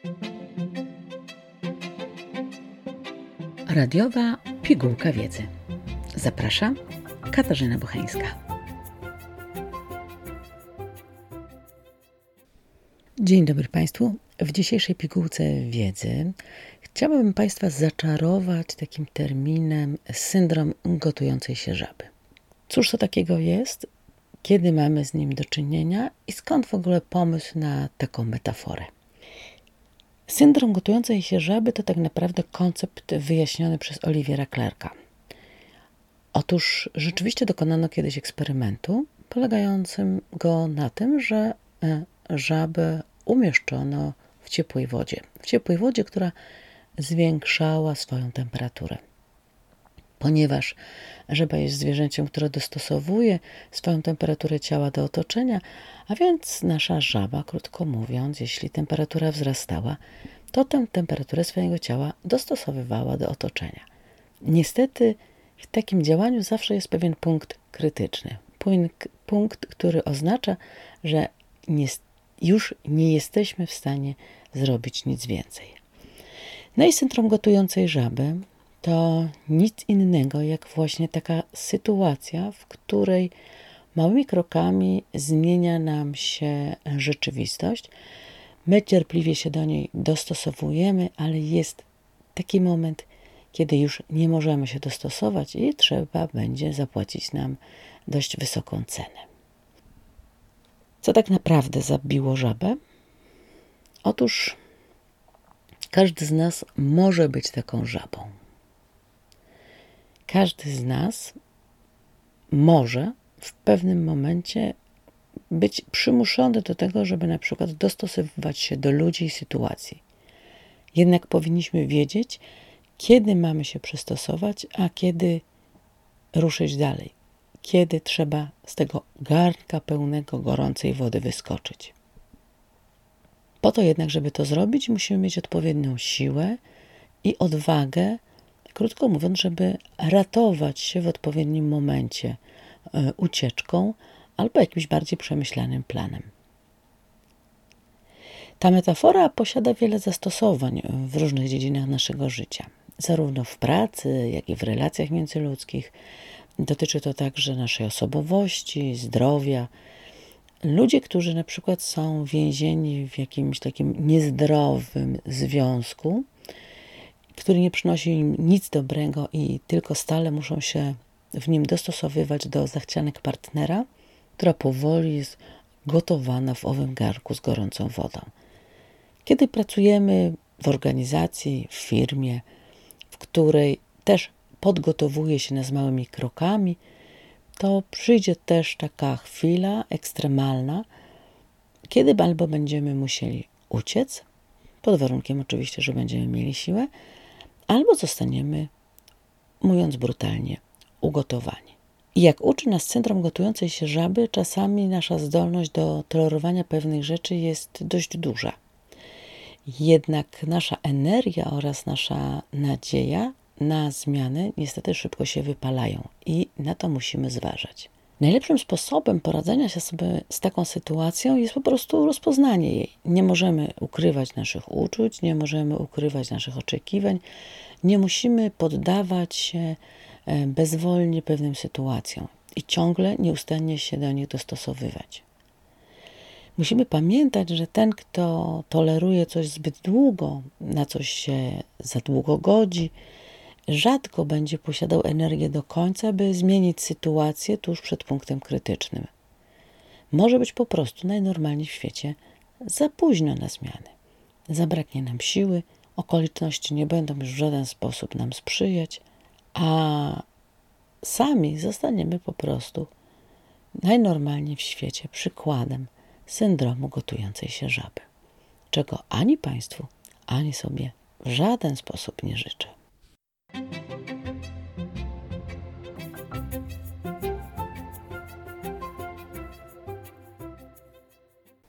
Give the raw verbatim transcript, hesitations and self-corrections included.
Radiowa pigułka wiedzy. Zapraszam, Katarzyna Bucheńska. Dzień dobry Państwu. W dzisiejszej pigułce wiedzy chciałabym Państwa zaczarować takim terminem syndrom gotującej się żaby. Cóż to takiego jest? Kiedy mamy z nim do czynienia i skąd w ogóle pomysł na taką metaforę? Syndrom gotującej się żaby to tak naprawdę koncept wyjaśniony przez Oliviera Clerka. Otóż rzeczywiście dokonano kiedyś eksperymentu polegającego na tym, że żabę umieszczono w ciepłej wodzie. W ciepłej wodzie, która zwiększała swoją temperaturę. Ponieważ żaba jest zwierzęciem, które dostosowuje swoją temperaturę ciała do otoczenia, a więc nasza żaba, krótko mówiąc, jeśli temperatura wzrastała, to tę temperaturę swojego ciała dostosowywała do otoczenia. Niestety w takim działaniu zawsze jest pewien punkt krytyczny. Punkt, punkt który oznacza, że nie, już nie jesteśmy w stanie zrobić nic więcej. No i syndrom gotującej żaby to nic innego jak właśnie taka sytuacja, w której małymi krokami zmienia nam się rzeczywistość. My cierpliwie się do niej dostosowujemy, ale jest taki moment, kiedy już nie możemy się dostosować i trzeba będzie zapłacić nam dość wysoką cenę. Co tak naprawdę zabiło żabę? Otóż każdy z nas może być taką żabą. Każdy z nas może w pewnym momencie być przymuszony do tego, żeby na przykład dostosowywać się do ludzi i sytuacji. Jednak powinniśmy wiedzieć, kiedy mamy się przystosować, a kiedy ruszyć dalej. Kiedy trzeba z tego garnka pełnego gorącej wody wyskoczyć. Po to jednak, żeby to zrobić, musimy mieć odpowiednią siłę i odwagę, krótko mówiąc, żeby ratować się w odpowiednim momencie y, ucieczką albo jakimś bardziej przemyślanym planem. Ta metafora posiada wiele zastosowań w różnych dziedzinach naszego życia, zarówno w pracy, jak i w relacjach międzyludzkich. Dotyczy to także naszej osobowości, zdrowia. Ludzie, którzy na przykład są więzieni w jakimś takim niezdrowym związku, który nie przynosi im nic dobrego i tylko stale muszą się w nim dostosowywać do zachcianek partnera, która powoli jest gotowana w owym garnku z gorącą wodą. Kiedy pracujemy w organizacji, w firmie, w której też podgotowuje się nas małymi krokami, to przyjdzie też taka chwila ekstremalna, kiedy albo będziemy musieli uciec, pod warunkiem oczywiście, że będziemy mieli siłę, albo zostaniemy, mówiąc brutalnie, ugotowani. I jak uczy nas syndrom gotującej się żaby, czasami nasza zdolność do tolerowania pewnych rzeczy jest dość duża. Jednak nasza energia oraz nasza nadzieja na zmiany niestety szybko się wypalają i na to musimy zważać. Najlepszym sposobem poradzenia się sobie z taką sytuacją jest po prostu rozpoznanie jej. Nie możemy ukrywać naszych uczuć, nie możemy ukrywać naszych oczekiwań, nie musimy poddawać się bezwolnie pewnym sytuacjom i ciągle nieustannie się do nich dostosowywać. Musimy pamiętać, że ten, kto toleruje coś zbyt długo, na coś się za długo godzi, rzadko będzie posiadał energię do końca, by zmienić sytuację tuż przed punktem krytycznym. Może być po prostu najnormalniej w świecie za późno na zmiany. Zabraknie nam siły, okoliczności nie będą już w żaden sposób nam sprzyjać, a sami zostaniemy po prostu najnormalniej w świecie przykładem syndromu gotującej się żaby, czego ani Państwu, ani sobie w żaden sposób nie życzę.